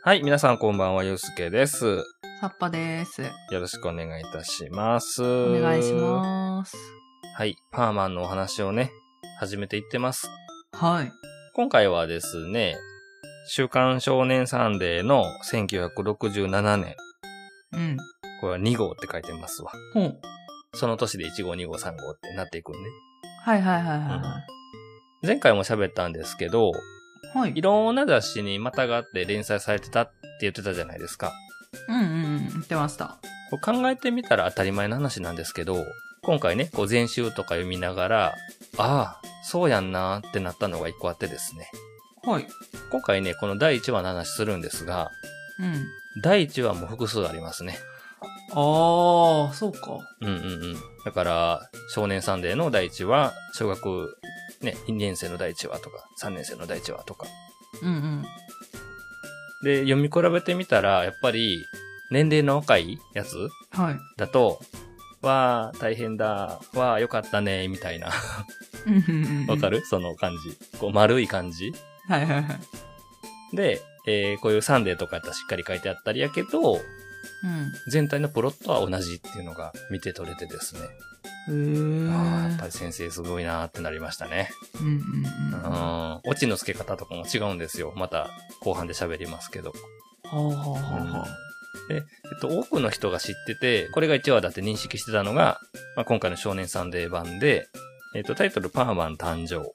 はい、皆さんこんばんは、ゆうすけです。 さっぱです。 よろしくお願いいたします。 お願いします。 はい、パーマンのお話をね、始めていってます。 はい。 今回はですね、週刊少年サンデーの1967年。 うん。 これは2号って書いてますわ。 ほう。 その年で1号、2号、3号ってなっていくんで。 はいはいはいは前回も喋ったんですけど、 い。はい。 いろんな雑誌にまたがって連載されてたって言ってたじゃないですか。 言ってました。 こう考えてみたら当たり前の話なんですけど、今回ね、こう前週とか読みながら、ああ、そうやんなーってなったのが一個あってですね。 はい。 今回ね、この第1話の話するんですが、 うん。 第1話も複数ありますね。 ああ、そうか。 だから、少年サンデーの第1話、小学ね、2年生の第1話とか、3年生の第1話とか。で、読み比べてみたら、やっぱり、年齢の若いやつはい。 だと、わー、大変だ、わー、よかったね、みたいな。わかるその感じ。こう、丸い感じ。 はいはいはい。 で、こういうサンデーとかやったらしっかり書いてあったりやけど、全体のプロットは同じっていうのが見て取れてですね。やっぱり先生すごいなーってなりましたね。オチの付け方とかも違うんですよ。また後半で喋りますけど。で、多くの人が知ってて、これが1話だって認識してたのが、まあ、今回の少年サンデー版で、タイトルパーマン誕生。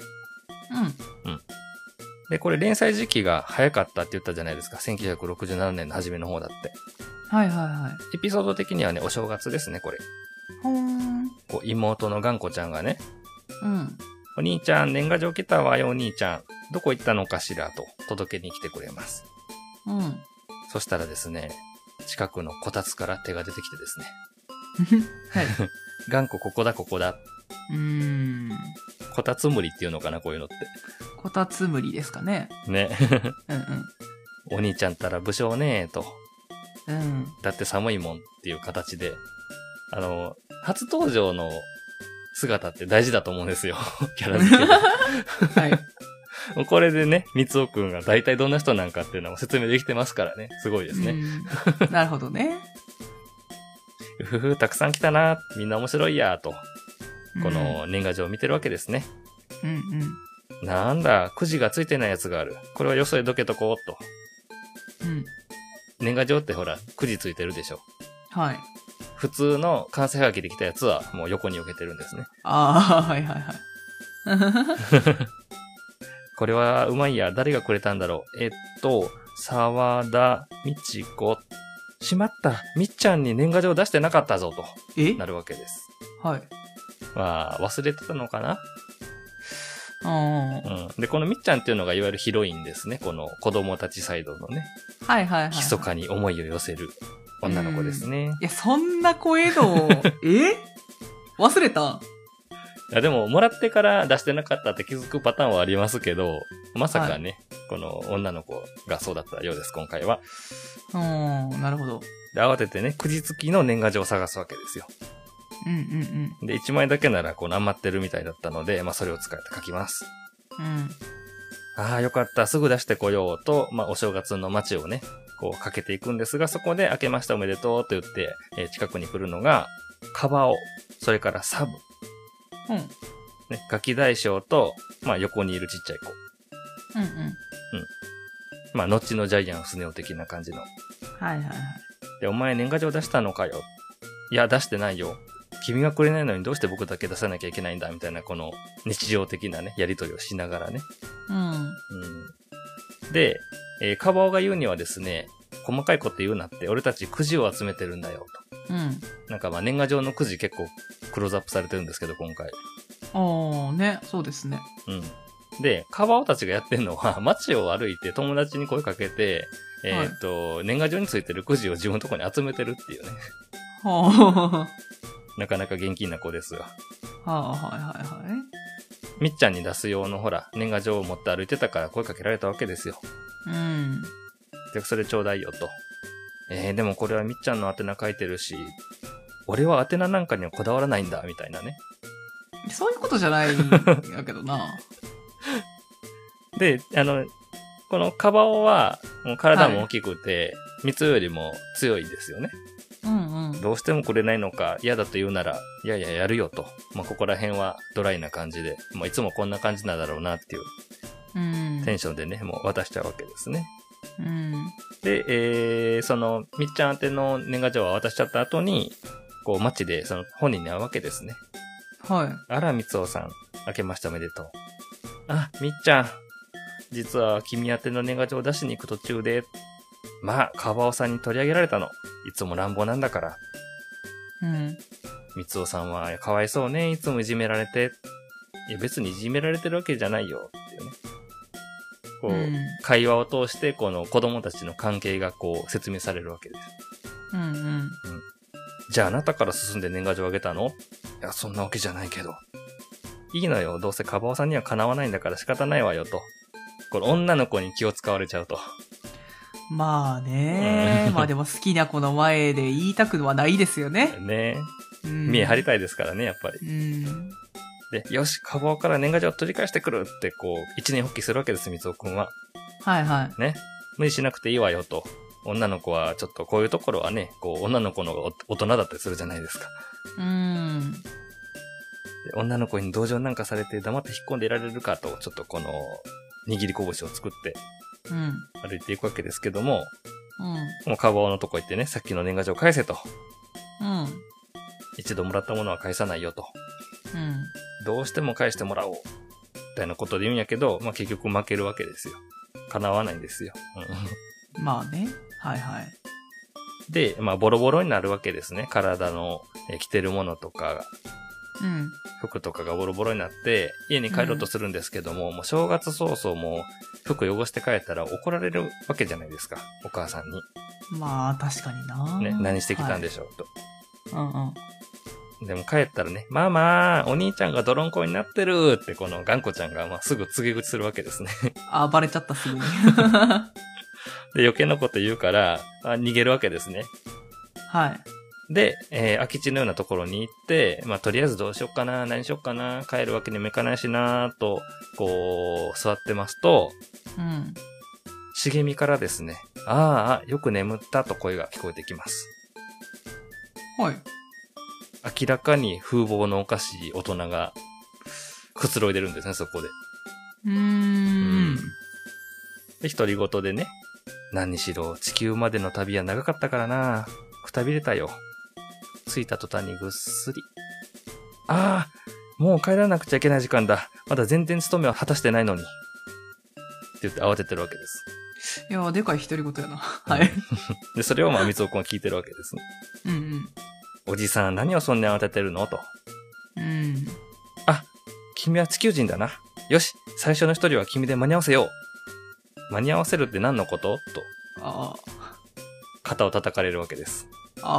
で、これ連載時期が早かったって言ったじゃないですか。1967年の初めの方だって。 はいはいはい。 エピソード的にはね、お正月ですね、これ。こう妹の頑子ちゃんがね、お兄ちゃん、年賀状来たわよ、お兄ちゃん。どこ行ったのかしらと届けに来てくれます。そしたらですね、近くのこたつから手が出てきてですね。 はい。 頑子ここだ、ここだ。こたつむりっていうのかな、こういうのって。 こたつむりですかね。 ね。お兄ちゃんったら武将ねーと。だって寒いもんっていう形で、初登場の姿って大事だと思うんですよ。キャラ付けで。 はい。 これでね、三尾くんが大体どんな人なんかっていうのも説明できてますからね。すごいですね。 なるほどね。 たくさん来たな。みんな面白いや、と。この年賀状を見てるわけですね。なんだ、くじがついてないやつがある。これはよそへどけとこう、と。年賀状ってほら、くじついてるでしょ。 はい。 普通の完成はがきできたやつはもう横に避けてるんですね。 はいはいはい。 これはうまいや。誰がくれたんだろう。沢田みち子。しまった。みっちゃんに年賀状出してなかったぞ、と。なるわけです。 はい。 まあ、忘れてたのかな。で、このみっちゃんっていうのがいわゆるヒロインですね。この子供たちサイドのね。 はいはいはい。 密かに思いを寄せる女の子ですね。 いや、そんな声の、忘れた？ いや、でも、もらってから出してなかったって気づくパターンはありますけど、まさかね、この女の子がそうだったようです、今回は。 なるほど。 で、慌ててね、くじ付きの年賀状を探すわけですよ。で、1枚だけなら、こう、余ってるみたいだったので、まあ、それを使って書きます。ああ、よかった、すぐ出してこようと、まあ、お正月の街をね、こう、かけていくんですが、そこで、明けましておめでとうと言って、近くに来るのが、カバオ、それからサブ。ね、ガキ大将と、まあ、横にいるちっちゃい子。まあ、後のジャイアンスネ夫的な感じの。 はいはいはい。 で、お前年賀状出したのかよ。いや、出してないよ。君がくれないのにどうして僕だけ出さなきゃいけないんだみたいな、この日常的なね、やりとりをしながらね。で、カバオが言うにはですね、細かいこと言うなって、俺たちくじを集めてるんだよ、と。なんかまあ年賀状のくじ結構クローズアップされてるんですけど、今回。 ね、そうですね。 で、カバオたちがやってるのは、街を歩いて友達に声かけて、年賀状についてるくじを自分のところに集めてるっていうね。なかなか現金な子ですが。みっちゃんに出す用のほら、年賀状を持って歩いてたから声かけられたわけですよ。で、それちょうだいよと。でもこれはみっちゃんの宛名書いてるし、俺は宛名なんかにはこだわらないんだ、みたいなね。 そういうことじゃないんだけどな。 で、 このカバオは、もう体も大きくて、三つよりも強いですよね。 うんうん。 どうしてもくれないのか、嫌だと言うなら、いやいややるよと。まあ、ここら辺はドライな感じで、まあ、いつもこんな感じなんだろうなっていうテンションでね、もう渡しちゃうわけですね。 うん。 で、その、みっちゃん宛ての年賀状は渡しちゃった後に、こう街でその本人に会うわけですね。 はい。 あら、みつおさん、明けましておめでとう。あ、みっちゃん。実は君宛ての年賀状を出しに行く途中で、まあ、カバオさんに取り上げられたの。いつも乱暴なんだから。 うん。 みつおさんはかわいそうね。いつもいじめられて。いや、別にいじめられてるわけじゃないよ。っていうね。こう、会話を通して、この子供たちの関係がこう、説明されるわけです。 うんうん。 じゃああなたから進んで年賀状をあげたの？いや、そんなわけじゃないけど。いいのよ。どうせカバオさんにはかなわないんだから仕方ないわよと。これ女の子に気を使われちゃうと。 まあね、まあでも好きな子の前で言いたくはないですよね。 ねえ。見え張りたいですからね、やっぱり。で、よし、カバオから年賀状を取り返してくるって、こう、一年発起するわけです、みつおくんは。 はいはい。 ね。無理しなくていいわよと。女の子は、ちょっとこういうところはね、こう、女の子の方が大人だったりするじゃないですか。で女の子に同情なんかされて黙って引っ込んでいられるかと、ちょっとこの、握り拳を作って、歩いていくわけですけども、もうカバオのとこ行ってね、さっきの年賀状返せと。一度もらったものは返さないよと。どうしても返してもらおう。みたいなことで言うんやけど、まあ結局負けるわけですよ。叶わないんですよ。 まあね。はいはい。 で、まあボロボロになるわけですね。体の着てるものとか、服とかがボロボロになって、家に帰ろうとするんですけども、もう正月早々もう服汚して帰ったら怒られるわけじゃないですか。お母さんに。 まあ確かにな。 ね、何してきたんでしょうと。 はい、 でも帰ったらね、ママ、お兄ちゃんが泥んこになってるってこの頑固ちゃんがまあすぐ告げ口するわけですね。 あ、バレちゃったすぐに。 で、余計なこと言うから、逃げるわけですね。 はい。 で、空き地のようなところに行って、まあ、とりあえずどうしよっかな、何しよっかな、帰るわけにもいかないしな、と、こう、座ってますと、茂みからですね、ああ、よく眠ったと声が聞こえてきます。 はい。 明らかに風貌のおかしい大人が、くつろいでるんですね、そこで。で、独り言でね、何にしろ地球までの旅は長かったからな、くたびれたよ。着いた途端にぐっすり。ああ、もう帰らなくちゃいけない時間だ。まだ全然務めは果たしてないのに。って言って慌ててるわけです。 いや、でかい独り言やな。はい。 で、それをまあ、みつおくんは聞いてるわけですね。おじさん、何をそんなに慌ててるのと。あ、君は地球人だな。よし、最初の一人は君で間に合わせよう。間に合わせるって何のことと。肩を叩かれるわけです。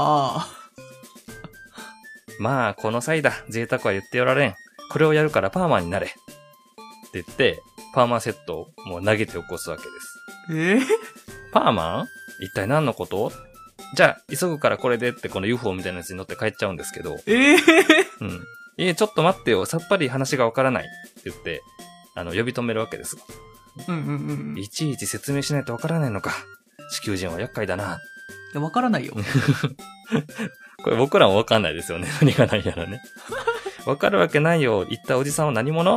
まあ、この際だ。贅沢は言っておられん。これをやるからパーマンになれ。って言って、パーマセットをもう投げて起こすわけです。パーマン？一体何のこと？じゃあ、急ぐからこれでってこの UFO みたいなやつに乗って帰っちゃうんですけど。ちょっと待ってよ。さっぱり話がわからない。って言って、呼び止めるわけです。いちいち説明しないとわからないのか。地球人は厄介だな。 いや、わからないよ。 これ僕らもわかんないですよね。何がないやらね。わかるわけないよ。言ったおじさんは何者？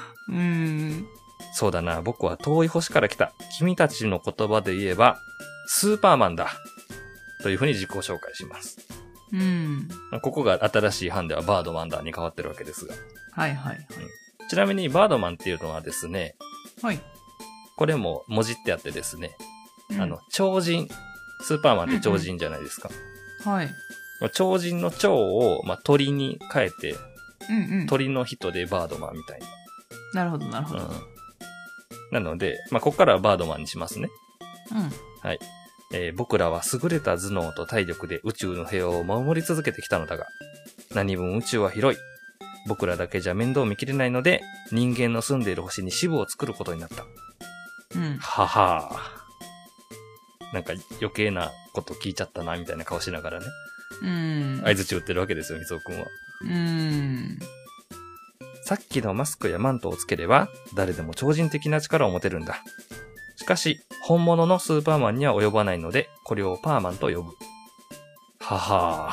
そうだな。僕は遠い星から来た。君たちの言葉で言えば、スーパーマンだ。というふうに自己紹介します。ここが新しい班ではバードマンダーに変わってるわけですが。ちなみにバードマンっていうのはですね。これも文字ってあってですね。超人。スーパーマンって超人じゃないですか。超人の超を、まあ、鳥に変えて、鳥の人でバードマンみたいな。なるほど、なるほど。 なので、まあ、ここからはバードマンにしますね。はい。僕らは優れた頭脳と体力で宇宙の平和を守り続けてきたのだが、何分宇宙は広い。僕らだけじゃ面倒見きれないので、人間の住んでいる星に支部を作ることになった。ははー。なんか余計なこと聞いちゃったな、みたいな顔しながらね。合図打ってるわけですよ、みつおくんは。さっきのマスクやマントをつければ、誰でも超人的な力を持てるんだ。ししかし、本物のスーパーマンには及ばないので、これをパーマンと呼ぶ。はは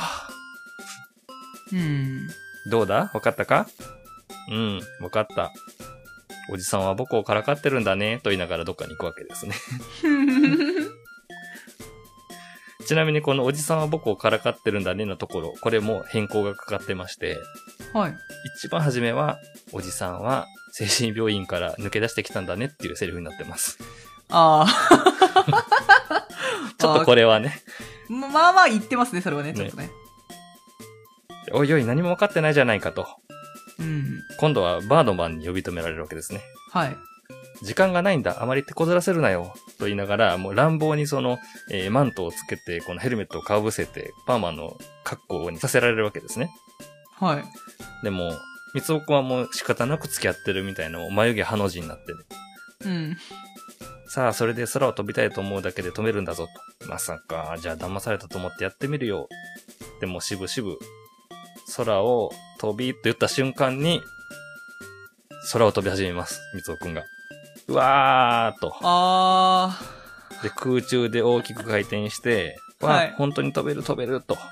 ー。 どうだ？わかったか？わかった。おじさんは僕をからかってるんだね、と言いながらどっかに行くわけですね。ちなみにこのおじさんは僕をからかってるんだねのところ、これも変更がかかってまして、 はい。 一番初めは、おじさんは精神病院から抜け出してきたんだねっていうセリフになってます。 ああ。 ちょっとこれはね。 まあまあ言ってますね、それはね、ちょっとね。 おいおい、何も分かってないじゃないかと。 うん。 今度はバードマンに呼び止められるわけですね。 はい。 時間がないんだ。あまり手こずらせるなよ。と言いながら、もう乱暴にその、マントをつけて、このヘルメットをかぶせて、パーマンの格好にさせられるわけですね。 はい。 でも、三つおくんはもう仕方なく付き合ってるみたいな、眉毛ハの字になってる。 うん。 さあ、それで空を飛びたいと思うだけで止めるんだぞと。まさか、じゃあ騙されたと思ってやってみるよ。でも、しぶしぶ、空を飛びと言った瞬間に、空を飛び始めます。三つおくんが。うわーっと。で、空中で大きく回転して、はい、本当に飛べると。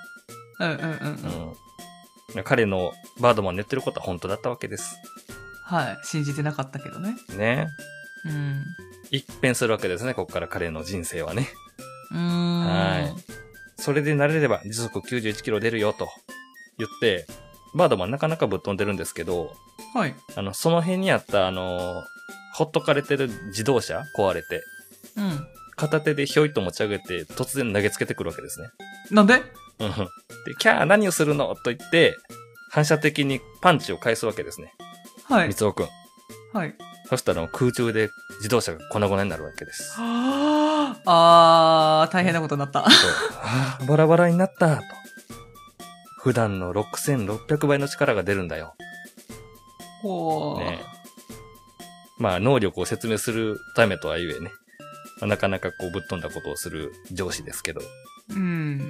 彼のバードマンの言ってることは本当だったわけです。 はい。信じてなかったけどね。 ね。 うん。 一変するわけですね、ここから彼の人生はね。 はい。 それで慣れれば時速91キロ出るよと言って、バードマンなかなかぶっ飛んでるんですけど、 はい。 その辺にあったほっとかれてる自動車壊れて、 うん。 片手でひょいと持ち上げて突然投げつけてくるわけですね。 なんで？ で、キャー何をするのと言って、反射的にパンチを返すわけですね。 はい。 三つおくん。 はい。 そしたら空中で自動車が粉々になるわけです。 大変なことになった。 バラバラになったと。普段の6600倍の力が出るんだよ。ね。まあ、能力を説明するためとはいえね。なかなかこうぶっ飛んだことをする上司ですけど。 うん。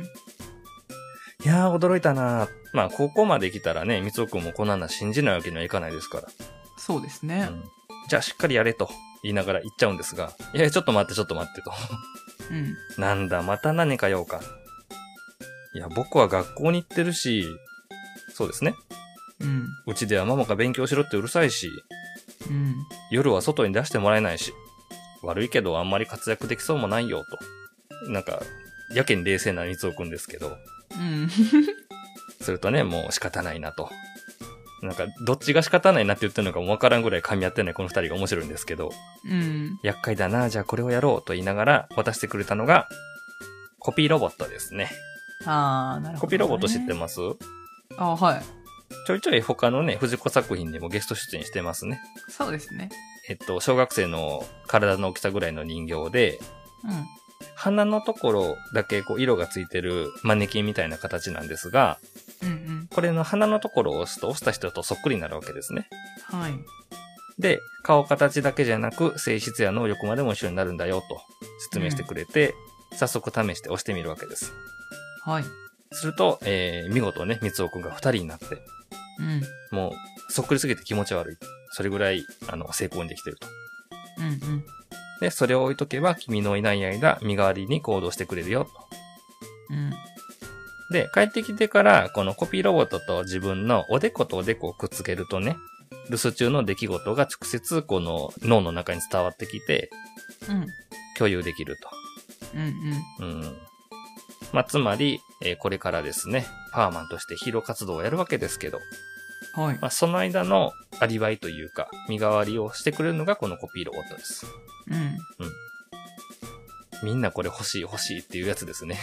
いやー、驚いたなー。まあ、ここまで来たらね、三つおくんもこんなの信じないわけにはいかないですから。 そうですね。 じゃあ、しっかりやれと言いながら言っちゃうんですが、いや、ちょっと待ってと。なんだ、また何か用か。いや、僕は学校に行ってるし、そうですね。うちではママが勉強しろってうるさいし、夜は外に出してもらえないし、悪いけどあんまり活躍できそうもないよと。なんか、やけに冷静な三つおくんですけど。するとね、もう仕方ないなと。なんか、どっちが仕方ないなって言ってるのかもわからんぐらい噛み合ってないこの二人が面白いんですけど。厄介だな、じゃあこれをやろうと言いながら渡してくれたのが、コピーロボットですね。 なるほど、ね。 コピーロボット知ってます？ はい。 ちょいちょい他のね、藤子作品にもゲスト出演してますね。 そうですね。 小学生の体の大きさぐらいの人形で、鼻のところだけこう色がついてるマネキンみたいな形なんですが、これの鼻のところを押すと押した人とそっくりになるわけですね。 はい。 で、顔形だけじゃなく性質や能力までも一緒になるんだよと説明してくれて、早速試して押してみるわけです。 はい。 すると、見事ね、三つおくんが2人になって、もうそっくりすぎて気持ち悪い。それぐらい成功にできてると。で、それを置いとけば君のいない間、身代わりに行動してくれるよと。で、帰ってきてから、このコピーロボットと自分のおでことおでこをくっつけるとね、留守中の出来事が直接この脳の中に伝わってきて、共有できると。まあ、つまり、これからですね、パーマンとしてヒーロー活動をやるわけですけど、 はい。 まあ、その間のアリバイというか、身代わりをしてくれるのがこのコピーロボットです。みんなこれ欲しいっていうやつですね。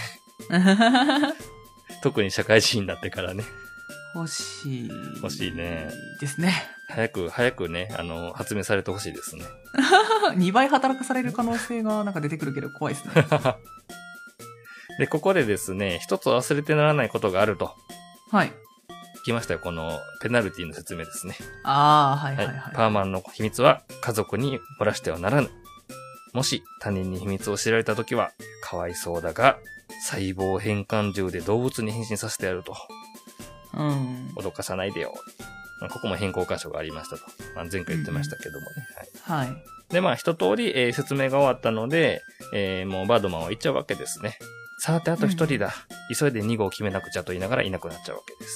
特に社会人になってからね。 欲しいね。 ですね。 早くね、発明されてほしいですね。 2倍働かされる可能性がなんか出てくるけど怖いですね。 で、ここでですね、一つ忘れてならないことがあると。 はい。 来ましたよ、このペナルティの説明ですね。 はい。 パーマンの秘密は家族に漏らしてはならぬ。もし他人に秘密を知られたときは、かわいそうだが、細胞変換銃で動物に変身させてやると。脅かさないでよ。ここも変更箇所がありましたと。前回言ってましたけどもね。 はい。 で、まあ一通り、説明が終わったので、もうバードマンは行っちゃうわけですね。さてあと一人だ、急いで2号を決めなくちゃと言いながらいなくなっちゃうわけです。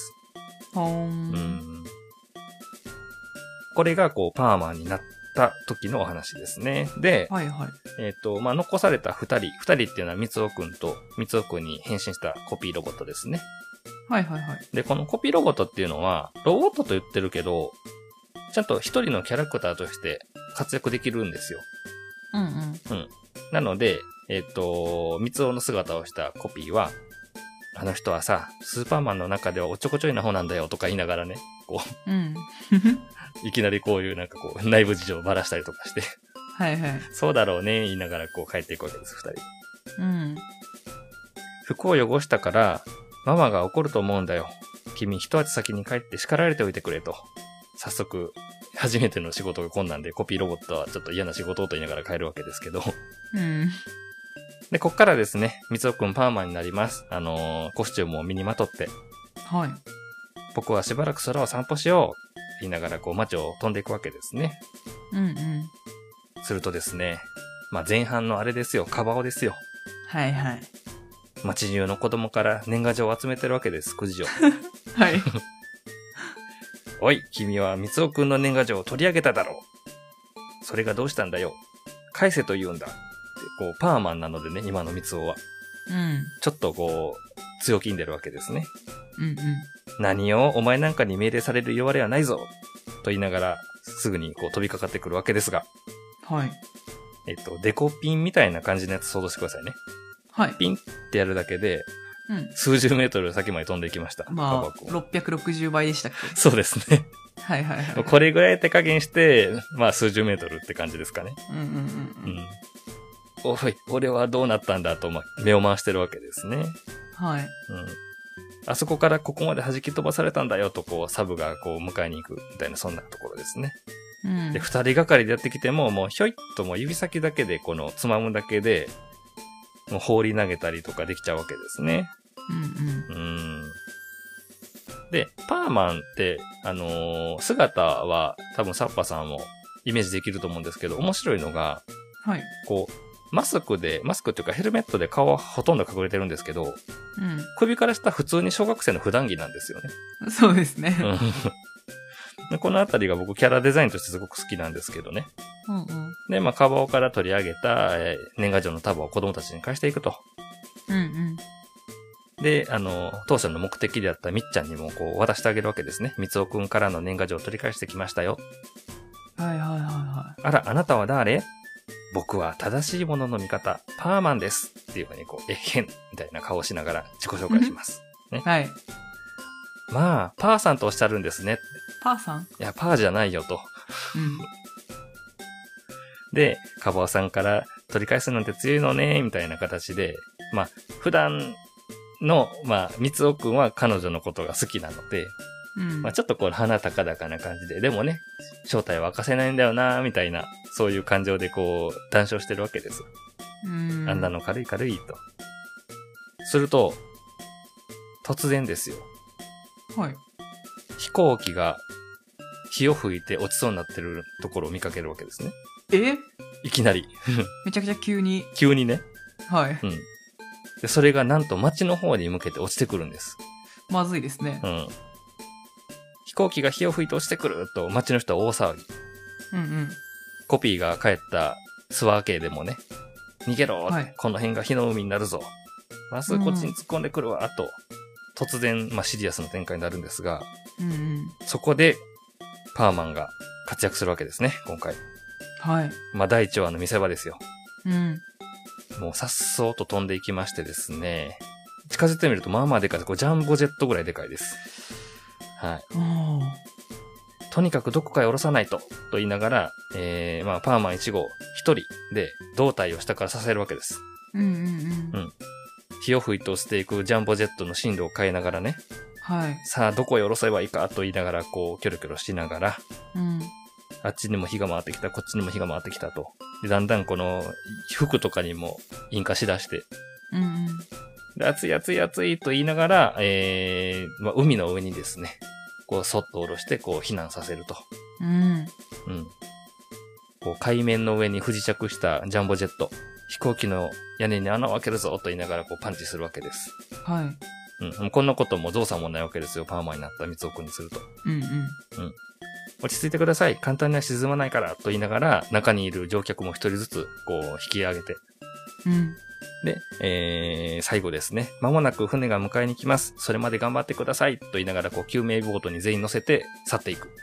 これがこうパーマンになった時のお話ですね。で、 はいはい。 まあ、残された二人っていうのは三尾くんと三尾くんに変身したコピーロボットですね。 はいはいはい。 で、このコピーロボットっていうのは、ロボットと言ってるけど、ちゃんと一人のキャラクターとして活躍できるんですよ。なので、三尾の姿をしたコピーは、あの人はさ、スーパーマンの中ではおっちょこちょいな方なんだよとか言いながらね、こう、いきなりこういうなんかこう、内部事情をばらしたりとかして、 はいはい。 そうだろうね、言いながらこう帰っていくわけです、二人。服を汚したから、ママが怒ると思うんだよ。君一足先に帰って叱られておいてくれと。早速、初めての仕事が困難でコピーロボットはちょっと嫌な仕事と言いながら帰るわけですけど。で、こっからですね、三尾くんパーマンになります。コスチュームを身にまとって。 はい。 僕はしばらく空を散歩しよう。言いながらこう街を飛んでいくわけですね。するとですね、まあ前半のあれですよ、カバオですよ。 はいはい。 街中の子供から年賀状を集めてるわけです、くじを。 はい。 おい、君は三尾くんの年賀状を取り上げただろう。それがどうしたんだよ。返せと言うんだ。ってこう、パーマンなのでね、今の三尾は。ちょっとこう、強気んでるわけですね。何をお前なんかに命令される言われはないぞ。と言いながら、すぐにこう飛びかかってくるわけですが。 はい。 デコピンみたいな感じのやつ想像してくださいね。 はい。 ピンってやるだけで、数十メートル先まで飛んでいきました。 まあ、660倍でしたっけ？ そうですね。 はいはいはい。 これぐらい手加減して、まあ数十メートルって感じですかね。おい、俺はどうなったんだと、目を回してるわけですね。 はい。 あそこからここまで弾き飛ばされたんだよと、こう、サブがこう迎えに行くみたいな、そんなところですね。で、二人がかりでやってきても、もうひょいっともう指先だけで、このつまむだけで、もう放り投げたりとかできちゃうわけですね。で、パーマンって、姿は多分サッパさんもイメージできると思うんですけど、面白いのが、 はい。 こう、マスクっていうかヘルメットで顔はほとんど隠れてるんですけど、首から下普通に小学生の普段着なんですよね。 そうですね。 でこのあたりが僕キャラデザインとしてすごく好きなんですけどね。で、まあ、カバオから取り上げた、年賀状の束を子供たちに返していくと。で、当初の目的であったみっちゃんにもこう渡してあげるわけですね。みつおくんからの年賀状を取り返してきましたよ。あら、あなたは誰？僕は正しいものの味方、パーマンです。っていうふうにこう、へんみたいな顔をしながら自己紹介します。ね。 はい。 まあ、パーさんとおっしゃるんですね。 パーさん？ いや、パーじゃないよと。で、カバオさんから取り返すなんて強いのね、みたいな形で、まあ、普段の、まあ、三尾くんは彼女のことが好きなので、まあちょっとこう鼻高々な感じで、でもね、正体は明かせないんだよな、みたいな、そういう感情でこう、談笑してるわけです。あんなの軽いと。すると、突然ですよ。 はい。 飛行機が火を吹いて落ちそうになってるところを見かけるわけですね。いきなり。 めちゃくちゃ急に。 急にね。 はい。 で、それがなんと街の方に向けて落ちてくるんです。 まずいですね。 飛行機が火を吹いて落ちてくると街の人は大騒ぎ。コピーが帰ったスワー系でもね、逃げろ、この辺が火の海になるぞ。まずこっちに突っ込んでくるわ、と。突然、まあ、シリアスな展開になるんですが、そこで、パーマンが活躍するわけですね、今回。 はい。 まあ、第1話の見せ場ですよ。もう、さっそうと飛んでいきましてですね、近づいてみると、まあまあでかいです。これジャンボジェットぐらいでかいです。はい。とにかくどこかへ降ろさないと、と言いながら、まあ、パーマン1号、一人で胴体を下から支えるわけです。火を吹いて落ちていくジャンボジェットの進路を変えながらね。 はい。 さあ、どこへ降ろせばいいかと言いながら、こう、キョロキョロしながら、あっちにも火が回ってきた、こっちにも火が回ってきたと。でだんだんこの、服とかにも引火しだして。で熱い熱い熱いと言いながら、まあ、海の上にですね、こう、そっと下ろして、こう、避難させると。 こう海面の上に不時着したジャンボジェット、飛行機の屋根に穴を開けるぞと言いながらこうパンチするわけです。 はい。 うん、こんなことも造作もないわけですよ、パーマになった三尾くんにすると。 うんうん。 落ち着いてください。簡単には沈まないからと言いながら、中にいる乗客も一人ずつこう引き上げて。 うん。 で、最後ですね。間もなく船が迎えに来ます。それまで頑張ってくださいと言いながらこう救命ボートに全員乗せて去っていく。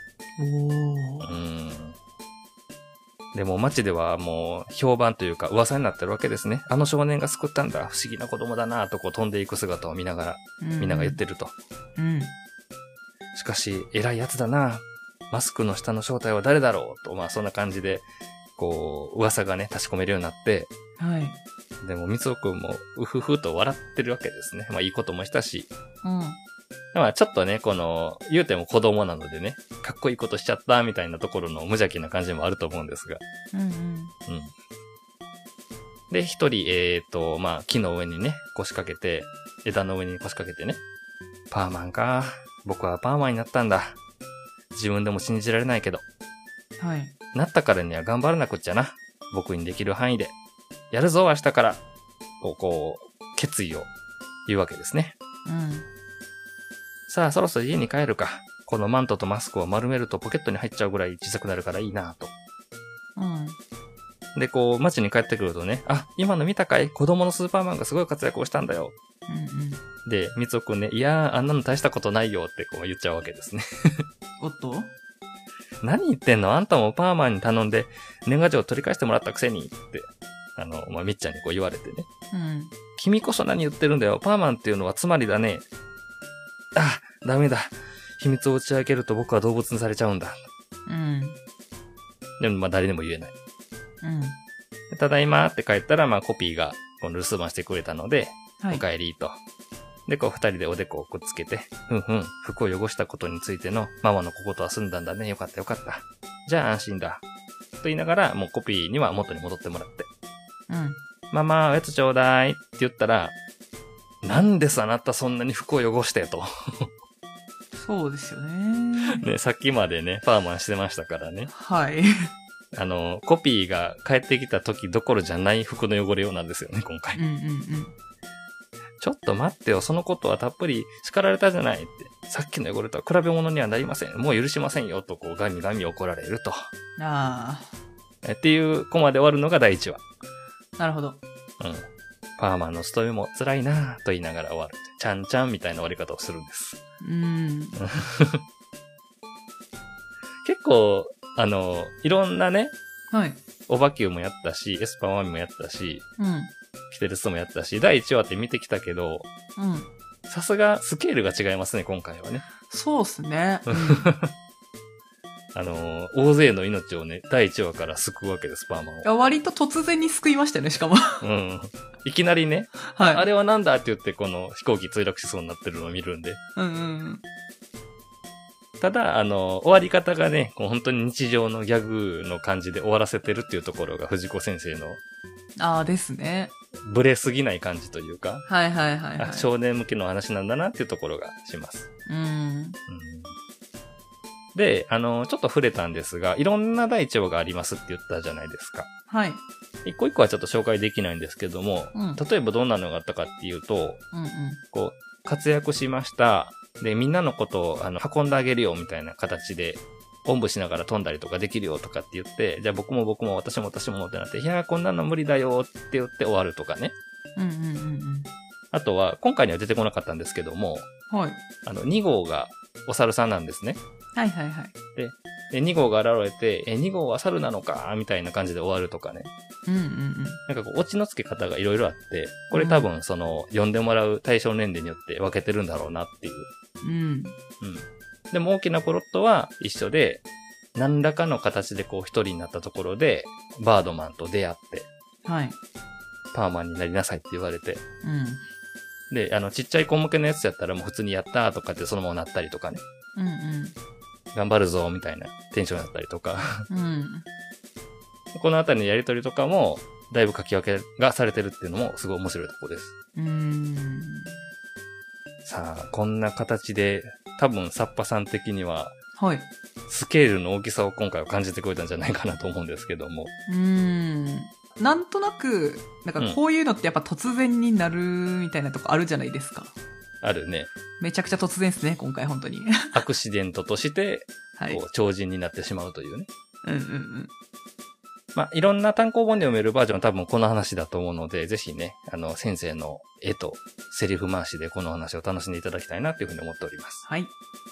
でも街ではもう評判というか噂になってるわけですね。あの少年が救ったんだ。不思議な子供だなとこう飛んでいく姿を見ながら、みんなが言ってると。しかし、偉いやつだな。マスクの下の正体は誰だろうと、まあそんな感じで、こう、噂がね、確かめるようになって、 はい。 でも、みつおくんも、うふふと笑ってるわけですね。まあいいこともしたし。まあちょっとね、この、言うても子供なのでね、かっこいいことしちゃったみたいなところの無邪気な感じもあると思うんですが。で、一人、まあ木の上にね、腰掛けて、枝の上に腰掛けてね、パーマンか。僕はパーマンになったんだ。自分でも信じられないけど。 はい。 なったからには頑張らなくっちゃな。僕にできる範囲で。やるぞ、明日から。こう、決意を言うわけですね。さあ、そろそろ家に帰るか。このマントとマスクを丸めるとポケットに入っちゃうぐらい小さくなるからいいなと。で、こう、街に帰ってくるとね、あ、今の見たかい？子供のスーパーマンがすごい活躍をしたんだよ。で、みつおくんね、いやー、あんなの大したことないよってこう言っちゃうわけですね。 おっと？ 何言ってんの？あんたもパーマンに頼んで年賀状を取り返してもらったくせにって、まあ、みっちゃんにこう言われてね。君こそ何言ってるんだよ。パーマンっていうのはつまりだね。あ、ダメだ。秘密を打ち明けると僕は動物にされちゃうんだ。でもまあ誰にも言えない。ただいまって帰ったら、まあコピーがこの留守番してくれたので、お帰りと。で、こう二人でおでこをくっつけて、服を汚したことについてのママの小言は済んだんだね。よかったよかった。じゃあ安心だ。と言いながら、もうコピーには元に戻ってもらって。ママ、おやつちょうだいって言ったら、なんですあなたそんなに服を汚してと。 そうですよね。 ね、さっきまでね、パーマンしてましたからね。 はい。 コピーが帰ってきた時どころじゃない服の汚れようなんですよね、今回。ちょっと待ってよ、そのことはたっぷり叱られたじゃないって。さっきの汚れとは比べ物にはなりません。もう許しませんよ、とこうガミガミ怒られると。っていうコマで終わるのが第1話。 なるほど。 パーマンの務めも辛いなぁと言いながら終わる。ちゃんちゃんみたいな終わり方をするんです。結構、いろんなね、オバキューもやったし、エスパーマミもやったし、キテレスもやったし、第1話って見てきたけど、さすがスケールが違いますね、今回はね。 そうっすね。 大勢の命をね、第1話から救うわけです、パーマンを。 いや、割と突然に救いましたよね、しかも。 いきなりね、あれはなんだって言って、この飛行機墜落しそうになってるのを見るんで。ただ、終わり方がね、こう本当に日常のギャグの感じで終わらせてるっていうところが藤子先生の。 ですね。 ブレすぎない感じというか。 はい。 少年向けの話なんだなっていうところがします。で、ちょっと触れたんですが、いろんな第1話がありますって言ったじゃないですか。一個一個はちょっと紹介できないんですけども、例えばどんなのがあったかっていうと、こう、活躍しました。で、みんなのことを運んであげるよみたいな形で、おんぶしながら飛んだりとかできるよとかって言って、じゃあ僕も私もってなって、いやーこんなの無理だよって言って終わるとかね。あとは、今回には出てこなかったんですけども、2号がお猿さんなんですね。で、2号が現れて、2号は猿なのかみたいな感じで終わるとかね。なんかこう、オチの付け方がいろいろあって、これ多分読んでもらう対象年齢によって分けてるんだろうなっていう。でも大きなプロットは一緒で、何らかの形でこう一人になったところで、バードマンと出会って、パーマンになりなさいって言われて、で、ちっちゃい子向けのやつやったらもう普通にやったーとかってそのままなったりとかね。頑張るぞみたいなテンションだったりとか、このあたりのやりとりとかもだいぶ書き分けがされてるっていうのもすごい面白いところです。さあこんな形で多分サッパさん的には、 スケールの大きさを今回は感じてくれたんじゃないかなと思うんですけども。 なんとなく、なんかこういうのってやっぱ突然になるみたいなとこあるじゃないですか。 あるね。 めちゃくちゃ突然ですね、今回本当に。 アクシデントとして、こう超人になってしまうというね。まあ、いろんな単行本で読めるバージョンは多分この話だと思うので、ぜひね、先生の絵とセリフ回しでこの話を楽しんでいただきたいなというふうに思っております。 はい。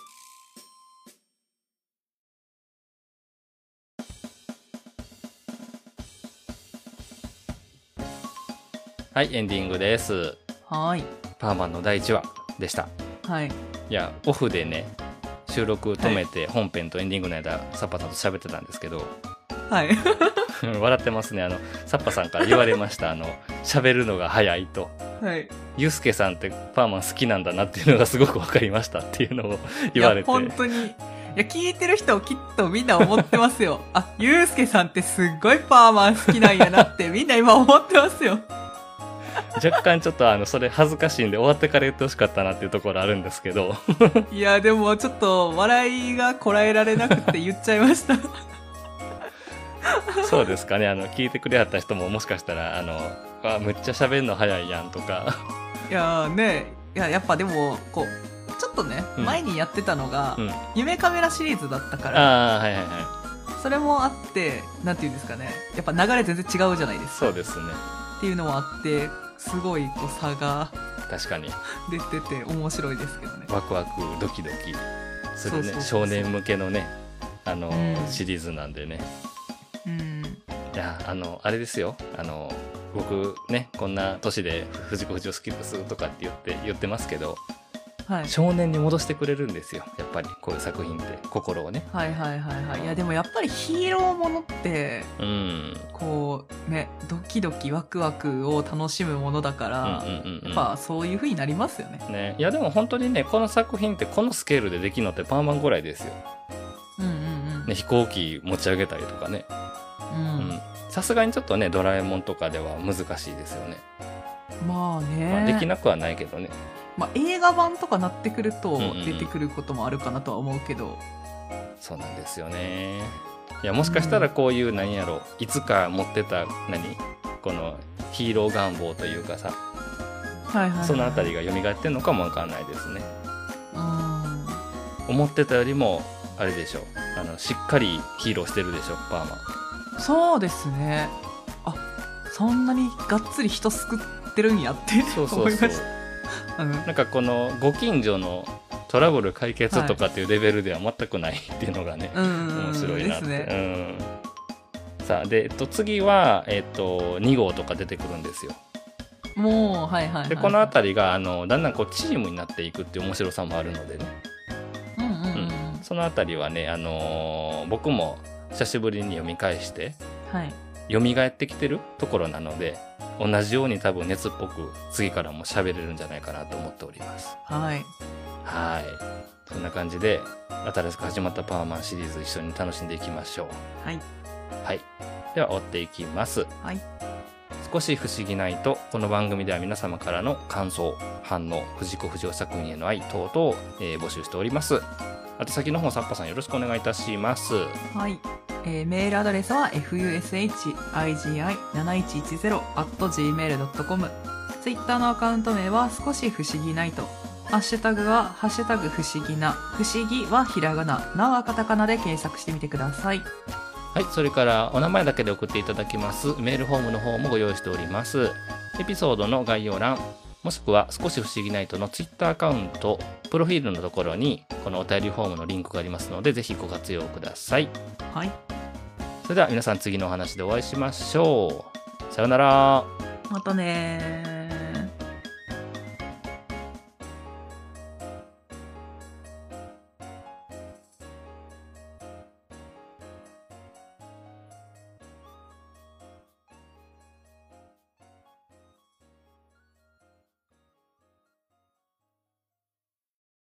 はい、エンディングです。 はい。 パーマンの第1話でした。 はい。 いや、オフでね、収録止めて本編とエンディングの間、サッパさんと喋ってたんですけど、 はい。 笑ってますね。サッパさんから言われました。喋るのが早いと。 はい。 ユウスケさんってパーマン好きなんだなっていうのがすごくわかりましたっていうのを言われて。 いや、本当に。いや、聞いてる人きっとみんな思ってますよ。あ、ユウスケさんってすっごいパーマン好きなんやなってみんな今思ってますよ。 若干ちょっとそれ恥ずかしいんで終わってから言ってほしかったなっていうところあるんですけど。 いや、でもちょっと笑いがこらえられなくて言っちゃいました。 そうですかね。聞いてくれはった人ももしかしたら、むっちゃ喋るの早いやんとか。 いやーね、いや、やっぱでも、こう、ちょっとね、前にやってたのが、夢カメラシリーズだったから、 はいはいはい。 それもあって、なんていうんですかね、やっぱ流れ全然違うじゃないですか。 そうですね。 っていうのもあって、すごいこう差が確かに出てて面白いですけどね。 ワクワクドキドキするね。少年向けのね、シリーズなんでね。いや、あれですよ。僕ね、こんな年で藤子不二雄好きですとかって言ってますけど、はい、少年に戻してくれるんですよ。やっぱりこういう作品って心をね。 はいはいはいはい。いやでもやっぱりヒーローものって、こうね、ドキドキワクワクを楽しむものだから、やっぱそういう風になりますよね。 ね、いやでも本当にね、この作品ってこのスケールでできるのってパーマンぐらいですよ。ね、飛行機持ち上げたりとかね。さすがにちょっとね、ドラえもんとかでは難しいですよね。 まあね。 できなくはないけどね。 映画版とかなってくると出てくることもあるかなとは思うけど、 そうなんですよね。いや、もしかしたらこういう何やろ、いつか持ってたこのヒーロー願望というかさ、そのあたりが蘇ってんのかもわかんないですね。思ってたよりもあれでしょ、しっかりヒーローしてるでしょ、パーマン。 そうですね。あ、そんなにがっつり人救ってるんやって思いました。 なんかこのご近所のトラブル解決とかっていうレベルでは全くないっていうのがね、面白いなって。さあで、次は、2号とか出てくるんですよ。 もうはいはい、はい、 でこの辺りがだんだんこうチームになっていくっていう面白さもあるのでね。その辺りはね、僕も久しぶりに読み返して、蘇ってきてるところなので、同じように多分熱っぽく次からも喋れるんじゃないかなと思っております。 はい。 はい。そんな感じで、新しく始まったパワーマンシリーズ一緒に楽しんでいきましょう。 はい。 はい。では追っていきます。 はい。 少し不思議ないと、この番組では皆様からの感想、反応、藤子不二雄作品への愛等々を、募集しております。宛先の方、サッパさんよろしくお願いいたします。 はい。メールアドレスは fushigi7110@gmail.com。 ツイッターのアカウント名は少し不思議ないと。ハッシュタグはハッシュタグ不思議な。不思議はひらがな、なはカタカナで検索してみてください。 はい。それからお名前だけで送っていただきますメールフォームの方もご用意しております。エピソードの概要欄、もしくは少し不思議ないとのツイッターアカウントプロフィールのところにこのお便りフォームのリンクがありますので、ぜひご活用ください。 はい。 それでは皆さん次のお話でお会いしましょう。さよなら。 またね。